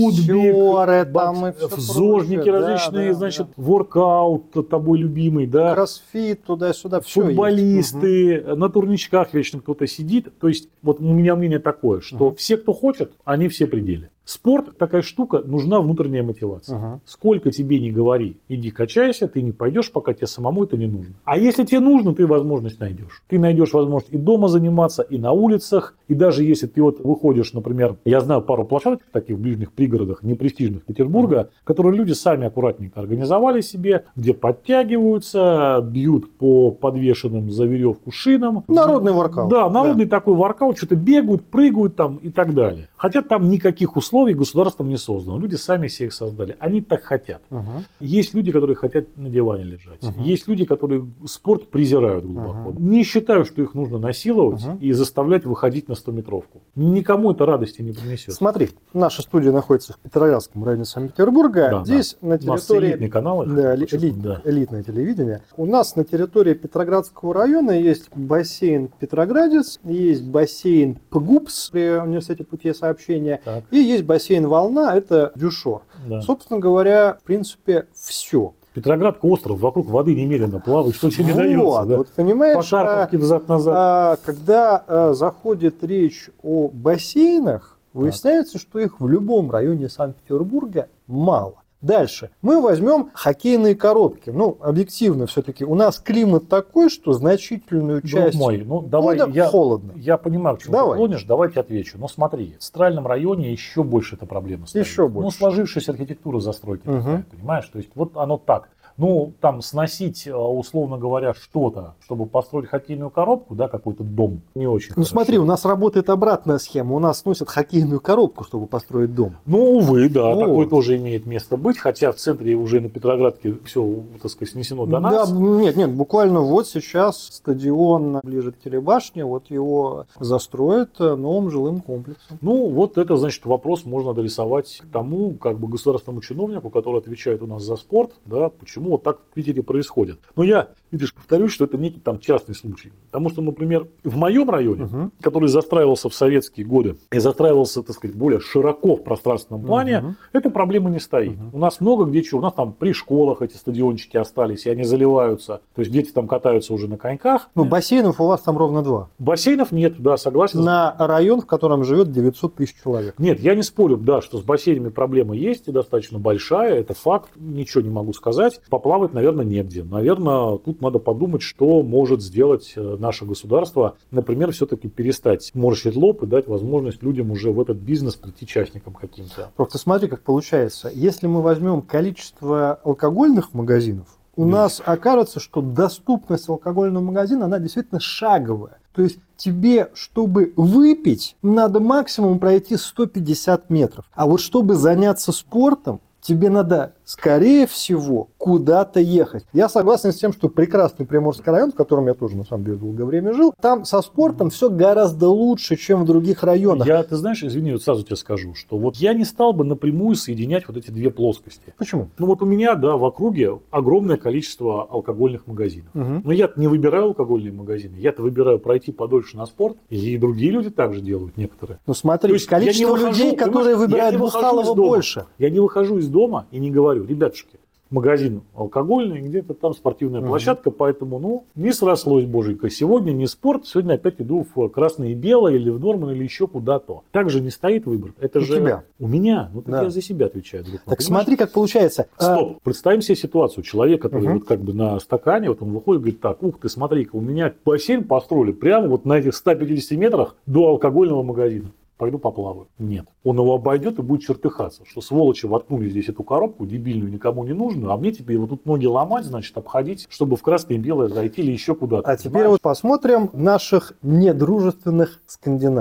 боксеры, там и все зожники прочее. различные, Да, значит, да. воркаут тобой любимый, да. Кроссфит, туда-сюда, все Футболисты, есть. на турничках вечно кто-то сидит. То есть, вот у меня мнение такое, что Угу. все, кто хочет, они все при деле. Спорт, такая штука, нужна внутренняя мотивация. Угу. Сколько тебе не говори, иди качайся, ты не пойдешь, пока тебе самому это не нужно. А если тебе нужно, ты возможность найдешь. Ты найдешь возможность и дома заниматься, и на улицах. И даже если ты вот выходишь, например, я знаю пару площадок таких в ближних пригородах, непрестижных Петербурга, угу. которые люди сами аккуратненько организовали себе, где подтягиваются, бьют по подвешенным за веревку шинам. Народный воркаут. Да, народный да. такой воркаут, что-то бегают, прыгают там и так далее. Хотя там никаких условий государством не создано. Люди сами себе их создали. Они так хотят. Угу. Есть люди, которые хотят на диване лежать. Угу. Есть люди, которые спорт презирают глубоко. Угу. Не считаю, что их нужно насиловать угу. и заставлять выходить на стометровку. Никому это радости не принесет. Смотри, наша студия находится в Петроградском районе Санкт-Петербурга. Да, Здесь да. на территории... элитные каналы. Да, эли... элит... да, элитное телевидение. У нас на территории Петроградского района есть бассейн Петроградец, есть бассейн ПГУПС при университете путей сообщения, так. и есть бассейн Волна, это Дюшор. Да. Собственно говоря, в принципе, все. Петроградка остров, вокруг воды немедленно плавает, что тебе вот, не дается. Да? Вот, понимаешь, по Харьковке взад-назад. А, когда а, заходит речь о бассейнах, выясняется, так. что их в любом районе Санкт-Петербурга мало. Дальше. Мы возьмем хоккейные коробки. Ну, объективно все-таки. У нас климат такой, что значительную часть мой, ну, давай, года я, холодно. Я понимаю, к чему давай. ты клонишь. Давайте отвечу. Но смотри, в центральном районе еще больше эта проблема стоит. Еще больше. Ну, сложившаяся архитектура застройки. Угу. Такая, понимаешь? То есть, вот оно так. Ну, там сносить, условно говоря, что-то, чтобы построить хоккейную коробку, да, какой-то дом, не очень Ну, хорошо. смотри, у нас работает обратная схема. У нас сносят хоккейную коробку, чтобы построить дом. Ну, увы, да, вот. такое тоже имеет место быть. Хотя в центре уже на Петроградке все, так сказать, снесено до нас. Да, нет, нет, буквально вот сейчас стадион ближе к телебашне, вот его застроят новым жилым комплексом. Ну, вот это, значит, вопрос можно адресовать к тому, как бы, государственному чиновнику, который отвечает у нас за спорт, да, почему вот так в Питере происходит. Но я, видишь, повторюсь, что это некий там частный случай. Потому что, например, в моем районе, uh-huh. который застраивался в советские годы и застраивался, так сказать, более широко в пространственном плане, uh-huh. эта проблема не стоит. Uh-huh. У нас много где чего. У нас там при школах эти стадиончики остались, и они заливаются. То есть дети там катаются уже на коньках. Ну, бассейнов у вас там ровно два. Бассейнов нет, да, согласен. На район, в котором живет девятьсот тысяч человек. Нет, я не спорю, да, что с бассейнами проблема есть и достаточно большая. Это факт, ничего не могу сказать. Поплавать, наверное, негде. Наверное, тут надо подумать, что может сделать наше государство. Например, все-таки перестать морщить лоб и дать возможность людям уже в этот бизнес прийти частникам каким-то. Просто смотри, как получается. Если мы возьмем количество алкогольных магазинов, у да. нас окажется, что доступность алкогольного магазина, она действительно шаговая. То есть тебе, чтобы выпить, надо максимум пройти сто пятьдесят метров. А вот чтобы заняться спортом, тебе надо, скорее всего, куда-то ехать. Я согласен с тем, что прекрасный Приморский район, в котором я тоже, на самом деле, долгое время жил, там со спортом все гораздо лучше, чем в других районах. Я, ты знаешь, извини, вот сразу тебе скажу, что вот я не стал бы напрямую соединять вот эти две плоскости. Почему? Ну вот у меня, да, в округе огромное количество алкогольных магазинов. Угу. Но я-то не выбираю алкогольные магазины, я-то выбираю пройти подольше на спорт, и другие люди также делают, некоторые. Ну смотри, количество людей, которые выбирают Бухалова, больше. Я не выхожу из дома и не говорю, ребятушки, магазин алкогольный, где-то там спортивная uh-huh. площадка, поэтому, ну, не срослось, боженька. Сегодня не спорт, сегодня опять иду в красное и белое, или в Норман, или еще куда-то. Так же не стоит выбор. Это у же тебя. У меня. Ну, так да. я за себя отвечаю. Друг, так смотри, как получается. Стоп. Представим себе ситуацию. Человек, который uh-huh. вот как бы на стакане, вот он выходит и говорит, так, ух ты, смотри-ка, у меня бассейн построили прямо вот на этих ста пятидесяти метрах до алкогольного магазина. Пойду поплаваю. Нет. Он его обойдет и будет чертыхаться, что сволочи воткнули здесь эту коробку дебильную, никому не нужную, а мне теперь вот тут ноги ломать, значит, обходить, чтобы в красное и белое зайти или еще куда-то. А теперь вот посмотрим наших недружественных скандинавов.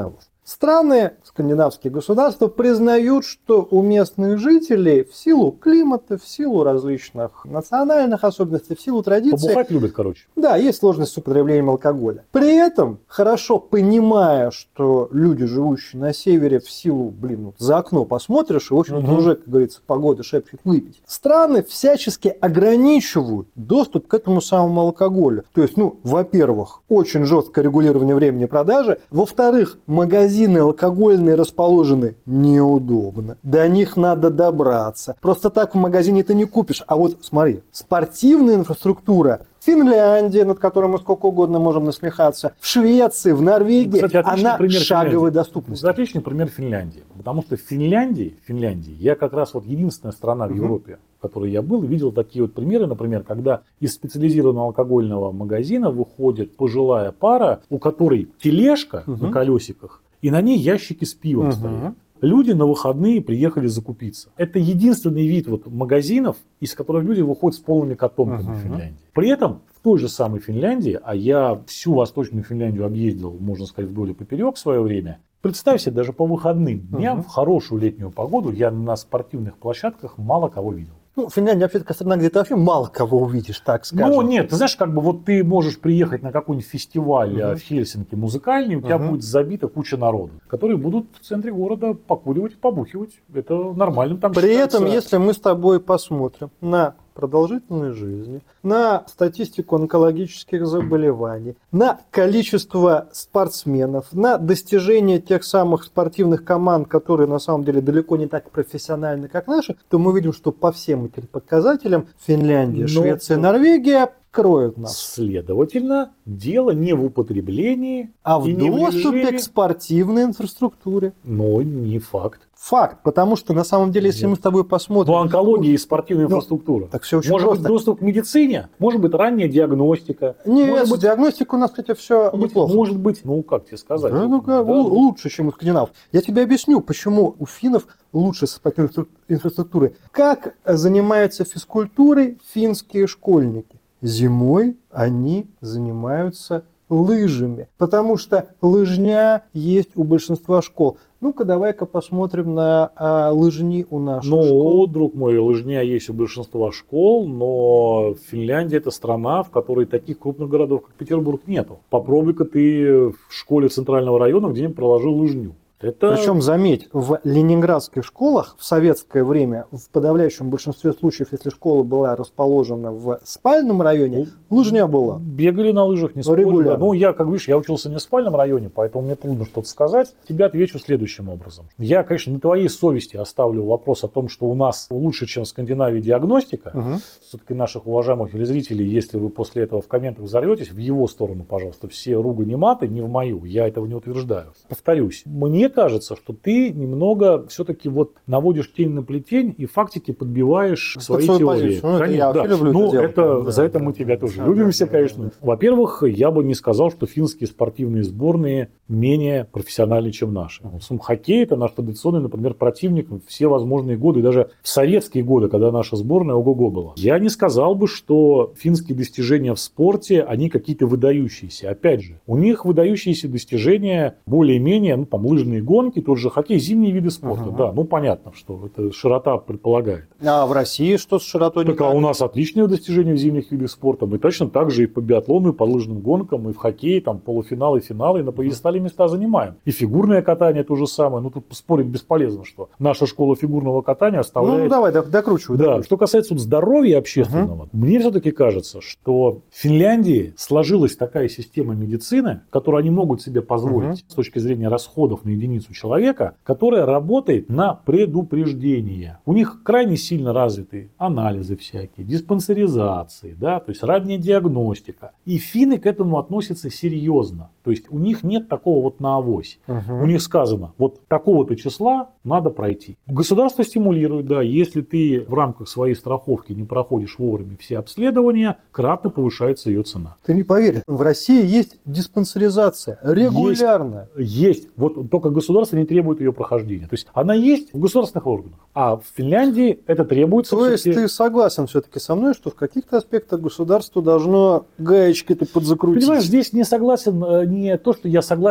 Страны, скандинавские государства, признают, что у местных жителей в силу климата, в силу различных национальных особенностей, в силу традиций... Побухать любят, короче. Да, есть сложность с употреблением алкоголя. При этом, хорошо понимая, что люди, живущие на севере, в силу, блин, вот за окно посмотришь, и, в общем-то, угу. уже, как говорится, погода шепчет выпить. Страны всячески ограничивают доступ к этому самому алкоголю. То есть, ну, во-первых, очень жесткое регулирование времени продажи. Во-вторых, магазины алкогольные расположены неудобно. До них надо добраться. Просто так в магазине ты не купишь. А вот смотри, спортивная инфраструктура Финляндия, над которой мы сколько угодно можем насмехаться, в Швеции, в Норвегии, кстати, она шаговой Финляндии. доступности. Отличный пример Финляндии. Потому что в Финляндии, в Финляндии я как раз вот единственная страна в угу. Европе, в которой я был, видел такие вот примеры, например, когда из специализированного алкогольного магазина выходит пожилая пара, у которой тележка угу. на колесиках, и на ней ящики с пивом угу. стоят. Люди на выходные приехали закупиться. Это единственный вид вот магазинов, из которых люди выходят с полными котомками uh-huh. в Финляндии. При этом в той же самой Финляндии, а я всю Восточную Финляндию объездил, можно сказать, вдоль и поперек в свое время, представь себе, даже по выходным дням uh-huh. в хорошую летнюю погоду я на спортивных площадках мало кого видел. Ну, Финляндия вообще такая страна, где ты вообще мало кого увидишь, так скажем. Ну, нет, ты знаешь, как бы вот ты можешь приехать на какой-нибудь фестиваль uh-huh. в Хельсинки музыкальный, у тебя uh-huh. будет забита куча народу, которые будут в центре города покуривать, побухивать. Это нормально там При считается. этом, если мы с тобой посмотрим на продолжительность жизни, на статистику онкологических заболеваний, на количество спортсменов, на достижение тех самых спортивных команд, которые на самом деле далеко не так профессиональны, как наши, то мы видим, что по всем этим показателям Финляндия, Но... Швеция, Норвегия кроют нас. Следовательно, дело не в употреблении, а в доступе к спортивной инфраструктуре. Но не факт. Факт, потому что на самом деле, если Нет. мы с тобой посмотрим... В онкологии и спортивная ну, инфраструктура. Так все очень может просто. быть доступ к медицине, может быть ранняя диагностика. Нет, может быть, диагностика у нас, кстати, все может неплохо. Может быть, ну как тебе сказать? Да, ну, да. Лучше, чем у скандинавов. Я тебе объясню, почему у финнов лучше спортивной инфраструктуры. Как занимаются физкультурой финские школьники? Зимой они занимаются лыжами, потому что лыжня есть у большинства школ. Ну-ка, давай-ка посмотрим на а, лыжни у наших ну, школ. друг мой, лыжня есть у большинства школ, но Финляндия это страна, в которой таких крупных городов, как Петербург, нету. Попробуй-ка ты в школе центрального района где-нибудь проложил лыжню. Это... Причем, заметь, в ленинградских школах в советское время, в подавляющем большинстве случаев, если школа была расположена в спальном районе, ну, лыжня была. Бегали на лыжах, не спорили. Ну, я, как видишь, я учился не в спальном районе, поэтому мне трудно что-то сказать. Тебе отвечу следующим образом. Я, конечно, на твоей совести оставлю вопрос о том, что у нас лучше, чем в Скандинавии, диагностика. Угу. Все-таки наших уважаемых телезрителей, если вы после этого в комментах взорветесь, в его сторону, пожалуйста, все ругань и маты, не в мою. Я этого не утверждаю. Повторюсь, мне кажется, что ты немного все-таки вот наводишь тень на плетень и фактики подбиваешь свои теории. Ну, это я да. люблю ну, это, это да, за это да, мы да, тебя да, тоже да, любим да, все, да, конечно. Да, да. Во-первых, я бы не сказал, что финские спортивные сборные менее профессиональны, чем наши. Хоккей – это наш традиционный, например, противник все возможные годы, даже в советские годы, когда наша сборная ого-го была. Я не сказал бы, что финские достижения в спорте, они какие-то выдающиеся. Опять же, у них выдающиеся достижения более-менее, ну, там, лыжные гонки, тот же хоккей, зимние виды спорта. Uh-huh. Да, ну, понятно, что это широта предполагает. А в России что с широтой? Так, а у нас отличные достижения в зимних видах спорта. Мы точно так же и по биатлону, и по лыжным гонкам, и в хоккее, там, полуфиналы, финалы, и на пьедестале места занимаем. И фигурное катание то же самое. Ну, тут спорить бесполезно, что наша школа фигурного катания оставляет... Ну, давай, докручивай. Да, докручивай. что касается вот здоровья общественного, uh-huh. мне все-таки кажется, что в Финляндии сложилась такая система медицины, которую они могут себе позволить uh-huh. с точки зрения расходов на единицу человека, которая работает на предупреждение. У них крайне сильно развиты анализы всякие, диспансеризации, да, то есть ранняя диагностика. И финны к этому относятся серьезно. То есть у них нет такого вот на авось. Uh-huh. У них сказано, вот такого-то числа надо пройти. Государство стимулирует, да, если ты в рамках своей страховки не проходишь вовремя все обследования, кратно повышается ее цена. Ты не поверишь, в России есть диспансеризация регулярная. Есть, есть. Вот только государство не требует ее прохождения. То есть она есть в государственных органах, а в Финляндии это требуется. То есть ты согласен все-таки со мной, что в каких-то аспектах государство должно гаечки-то подзакрутить? Понимаешь, здесь не согласен не то, что я согласен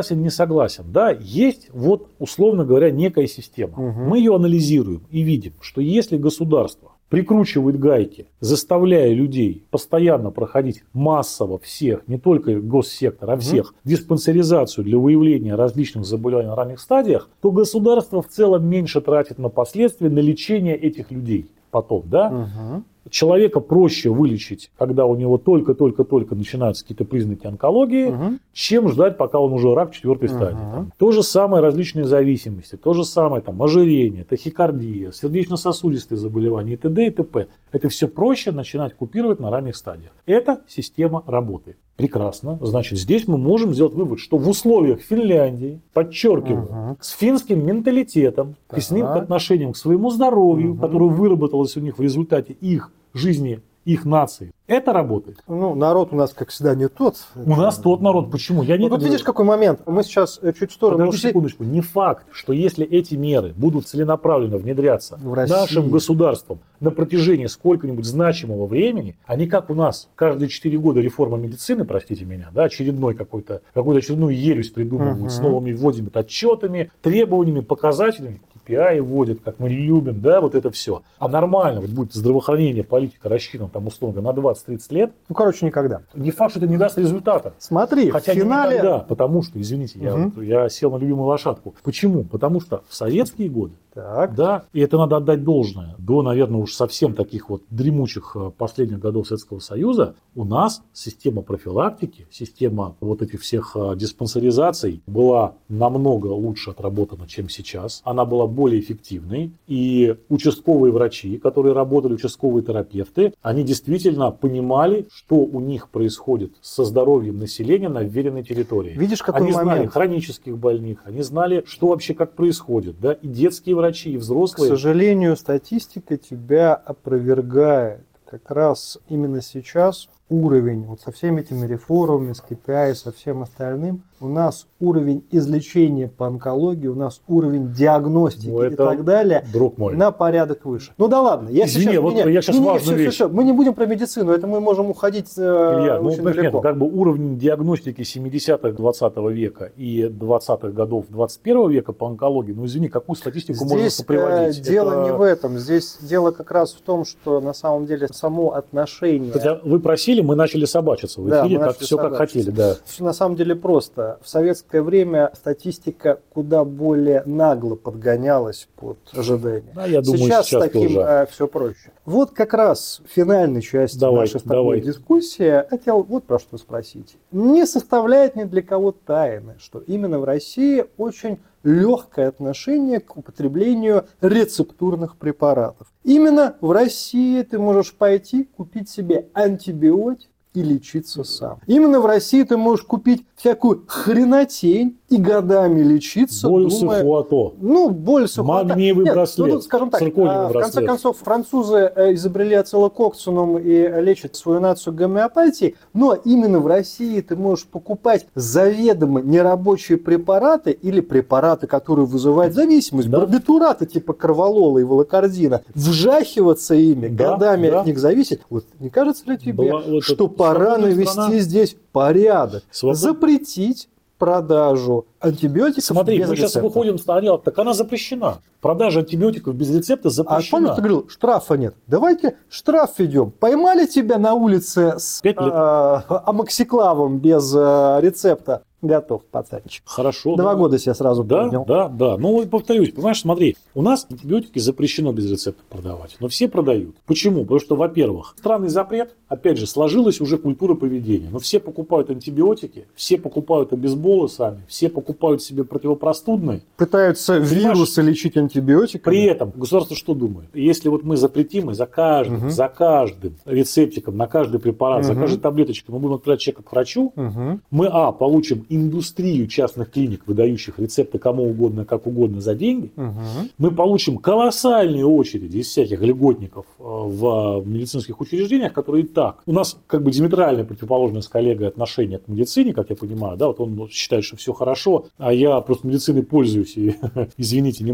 согласен, не согласен. Да, есть вот, условно говоря, некая система. Угу. Мы ее анализируем и видим, что если государство прикручивает гайки, заставляя людей постоянно проходить массово всех, не только госсектор, а всех, угу. диспансеризацию для выявления различных заболеваний на ранних стадиях, то государство в целом меньше тратит на последствия, на лечение этих людей потом, да? Угу. Человека проще вылечить, когда у него только-только-только начинаются какие-то признаки онкологии, угу. чем ждать, пока он уже рак четвертой угу. стадии. Там. То же самое различные зависимости, то же самое там, ожирение, тахикардия, сердечно-сосудистые заболевания и т.д. и т.п. Это все проще начинать купировать на ранних стадиях. Эта система работает. Прекрасно. Значит, здесь мы можем сделать вывод, что в условиях Финляндии, подчеркиваю, угу. с финским менталитетом так. и с ним отношением к своему здоровью, угу. которое выработалось у них в результате их жизни, их нации. Это работает. Ну, народ у нас, как всегда, не тот. У нас тот народ. Почему? Я не ну, тут видишь, какой момент. Мы сейчас чуть в сторону Подожди ушли. секундочку. Не факт, что если эти меры будут целенаправленно внедряться нашим государством на протяжении сколько-нибудь значимого времени, а не как у нас каждые четыре года реформа медицины, простите меня, да, очередной какой-то, какую-то очередную ересь придумывают uh-huh. с новыми вводными отчетами, требованиями, показателями. пи ай вводят, как мы любим, да, вот это все. А нормально, вот будет здравоохранение, политика рассчитана там условно на двадцать-тридцать лет. Ну, короче, никогда. Не факт, что это не даст результата. Смотри, Хотя в финале... никогда, потому что, извините, угу. я, я сел на любимую лошадку. Почему? Потому что в советские годы, так. да, и это надо отдать должное, до, наверное, уж совсем таких вот дремучих последних годов Советского Союза, у нас система профилактики, система вот этих всех диспансеризаций была намного лучше отработана, чем сейчас. Она была более эффективной. И участковые врачи, которые работали, участковые терапевты, они действительно понимали, что у них происходит со здоровьем населения на вверенной территории. Видишь, какой они момент? Знали хронических больных, они знали, что вообще как происходит. Да? И детские врачи, и взрослые. К сожалению, статистика тебя опровергает. Как раз именно сейчас уровень, вот со всеми этими реформами, с кей пи ай, со всем остальным, у нас уровень излечения по онкологии, у нас уровень диагностики ну, и так далее друг мой. На порядок выше. Ну да ладно. Я Извини, сейчас, вот не, я сейчас не, не, важную все, вещь. все, все. Мы не будем про медицину, это мы можем уходить э, Илья, очень ну, далеко. Нет, как бы уровень диагностики семидесятых двадцатого века и двадцатых годов двадцать первого века по онкологии, ну извини, какую статистику здесь, можно приводить? Э, дело это... не в этом, здесь дело как раз в том, что на самом деле само отношение... Хотя вы просили, мы начали собачиться в эфире, да, как все как хотели. Да. На самом деле просто. В советское время статистика куда более нагло подгонялась под ожидания. Да, я думаю, сейчас, сейчас с таким тоже. все проще. Вот как раз в финальной части давай, нашей с тобой давай. дискуссии хотел вот про что спросить. Не составляет ни для кого тайны, что именно в России очень легкое отношение к употреблению рецептурных препаратов. Именно в России ты можешь пойти купить себе антибиотик и лечиться сам. Именно в России ты можешь купить всякую хренотень и годами лечиться. Больше хуато. Ну, больше хуато. Магниевый Нет, браслет. Ну, скажем так, а, в конце концов, французы изобрели ацилококцинум и лечат свою нацию гомеопатией, но именно в России ты можешь покупать заведомо нерабочие препараты или препараты, которые вызывают зависимость, да. барбитураты типа корвалола и волокордина, вжахиваться ими, да, годами да. от них зависеть. Вот не кажется ли тебе, Была, вот что пора навести страна. здесь порядок, Свобод... запретить продажу антибиотиков Смотри, без мы рецепта. сейчас выходим с того, так она запрещена. Продажа антибиотиков без рецепта запрещена. А помнишь, ты говорил, штрафа нет. Давайте штраф введем. Поймали тебя на улице с а, амоксиклавом без а, рецепта. Готов, пацанчик. Хорошо. Два да. года себя сразу да, поднял. Да, да. Ну, повторюсь, понимаешь, смотри, у нас антибиотики запрещено без рецепта продавать, но все продают. Почему? Потому что, во-первых, странный запрет, опять же, сложилась уже культура поведения. Но все покупают антибиотики, все покупают обезболы сами, все покупают себе противопростудные. Пытаются понимаешь, вирусы лечить антибиотиками. При этом государство что думает? Если вот мы запретим, и за каждым, угу. за каждым рецептиком, на каждый препарат, угу. за каждой таблеточкой мы будем отправлять человека к врачу, угу. мы, а, получим индустрию частных клиник, выдающих рецепты кому угодно, как угодно за деньги, угу. мы получим колоссальные очереди из всяких льготников в медицинских учреждениях, которые и так. У нас как бы диаметрально противоположное с коллегой отношение к медицине, как я понимаю, да, вот он считает, что все хорошо, а я просто медициной пользуюсь и, извините, немножко вижу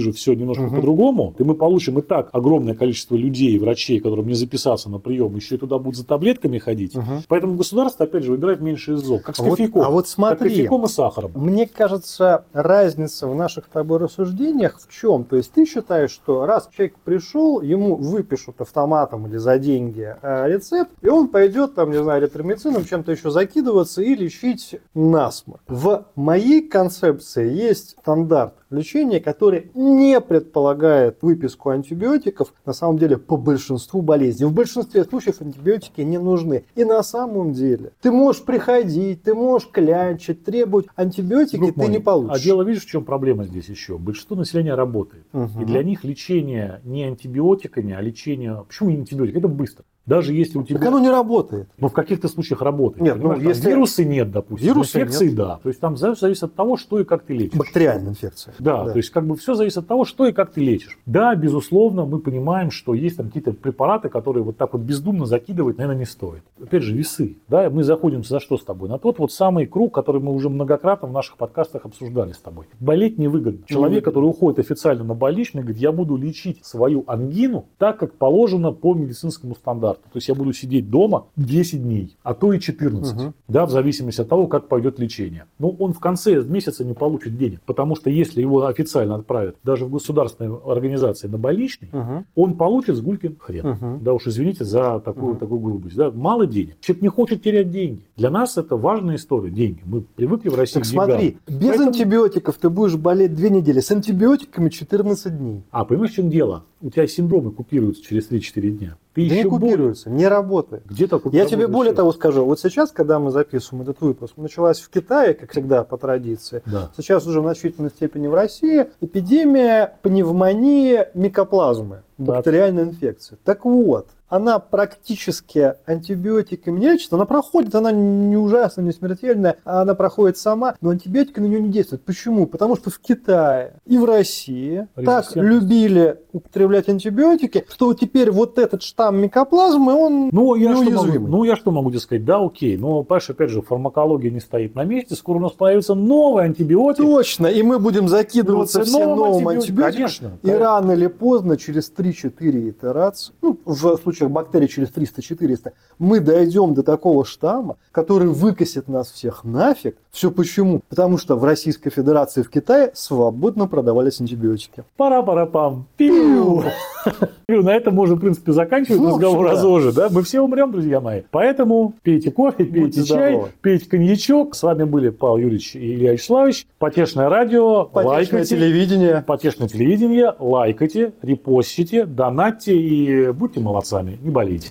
вижу все немножко Мгм. по-другому, и мы получим и так огромное количество людей, врачей, которым не записаться на прием, еще и туда будут за таблетками ходить. Мгм. Поэтому государство, опять же, выбирает меньше из зол. Как с А вот- кофейком. а вот Как смотри. кофейком и сахаром. Мне кажется, разница в наших с тобой рассуждениях в чем? То есть ты считаешь, что раз человек пришел, ему выпишут автоматом или за деньги э, рецепт, и он пойдет там, не знаю, ретромицином, чем-то еще закидываться и лечить насморк. В моей концепции есть стандарт лечения, который не предполагает выписку антибиотиков, на самом деле, по большинству болезней. В большинстве случаев антибиотики не нужны. И на самом деле ты можешь приходить, ты можешь клянчить, требовать антибиотики, Друг ты мой, не получишь. А дело, видишь, в чем проблема здесь еще? Большинство населения работает. Мгм. И для них лечение не антибиотиками, а лечение... Почему не антибиотик? Это быстро. Даже если у тебя... Так оно не работает. Но в каких-то случаях работает. Нет, понимаешь? ну, Там если- вирусы нет, допустим. Вирусы инфекции нет. да. То есть там за- зависит от того, что и как ты лечишь. Бактериальная инфекция. Да, то есть как бы все зависит от того, что и как ты лечишь. Да, безусловно, мы понимаем, что есть там какие-то препараты, которые вот так вот бездумно закидывать, наверное, не стоит. Опять же, весы. Да, мы заходим за что с тобой? На тот вот самый круг, который мы уже многократно в наших подкастах обсуждали с тобой. Болеть невыгодно. Человек, Невыгодно. который уходит официально на больничный, говорит, я буду лечить свою ангину так, как положено по медицинскому стандарту. То есть я буду сидеть дома десять дней, а то и четырнадцать. Мгм. Да, в зависимости от того, как пойдет лечение. Но он в конце месяца не получит денег, потому что если его официально отправят даже в государственной организации на больничный, Мгм. он получит с гулькин хрен. Мгм. Да уж извините за такую, Мгм. такую грубость. Да? Мало денег. Человек не хочет терять деньги. Для нас это важная история. Деньги. Мы привыкли в России Так к деньгам. смотри, без Поэтому- антибиотиков ты будешь болеть две недели, с антибиотиками четырнадцать дней. А, понимаешь, в чем дело? У тебя синдромы купируются через три-четыре дня. Ты Да не еще более- купируется, не работает. Где-то Я тебе более того скажу, вот сейчас, когда мы записываем этот выпуск, началась в Китае, как всегда, по традиции, Да. сейчас уже в значительной степени в России, эпидемия пневмонии микоплазмы, Да. бактериальной инфекции. Так вот, она практически антибиотиками не лечится, она проходит, она не ужасная, не смертельная, а она проходит сама, но антибиотики на нее не действуют. Почему? Потому что в Китае и в России так Резистентность. любили употреблять антибиотики, что вот теперь вот этот штамм микоплазмы, он Ну я, что могу, неуязвимый. ну, я что могу тебе сказать? Да, окей. Но, понимаешь, опять же, фармакология не стоит на месте. Скоро у нас появится новый антибиотик. Точно, и мы будем закидываться Ну, всем новым новым антибиотиком. антибиотиком. Конечно, И конечно. рано или поздно, через три-четыре итерации, ну, в случаях бактерий через триста-четыреста, мы дойдем до такого штамма, который выкосит нас всех нафиг. Все почему? Потому что в Российской Федерации и в Китае свободно продавались антибиотики. Пара-пара-пам. Пиу. Пиу. На этом можно, в принципе, заканчивать Ну, разговор да. о ЗОЖе. Да? Мы все умрем, друзья мои. Поэтому пейте кофе, пейте Будьте чай, здоровы. пейте коньячок. С вами были Павел Юрьевич и Илья Вячеславович. Потешное радио. Потешное Лайкайте. телевидение. Потешное телевидение. Лайкайте, репостите, донатьте и будьте молодцами. Не болейте.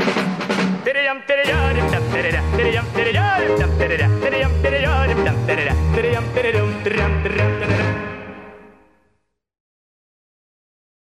Teriyam teriyam dam teriyam teriyam teriyam dam teriyam teriyam teriyam dam teriyam teriyam teriyam teriyam teriyam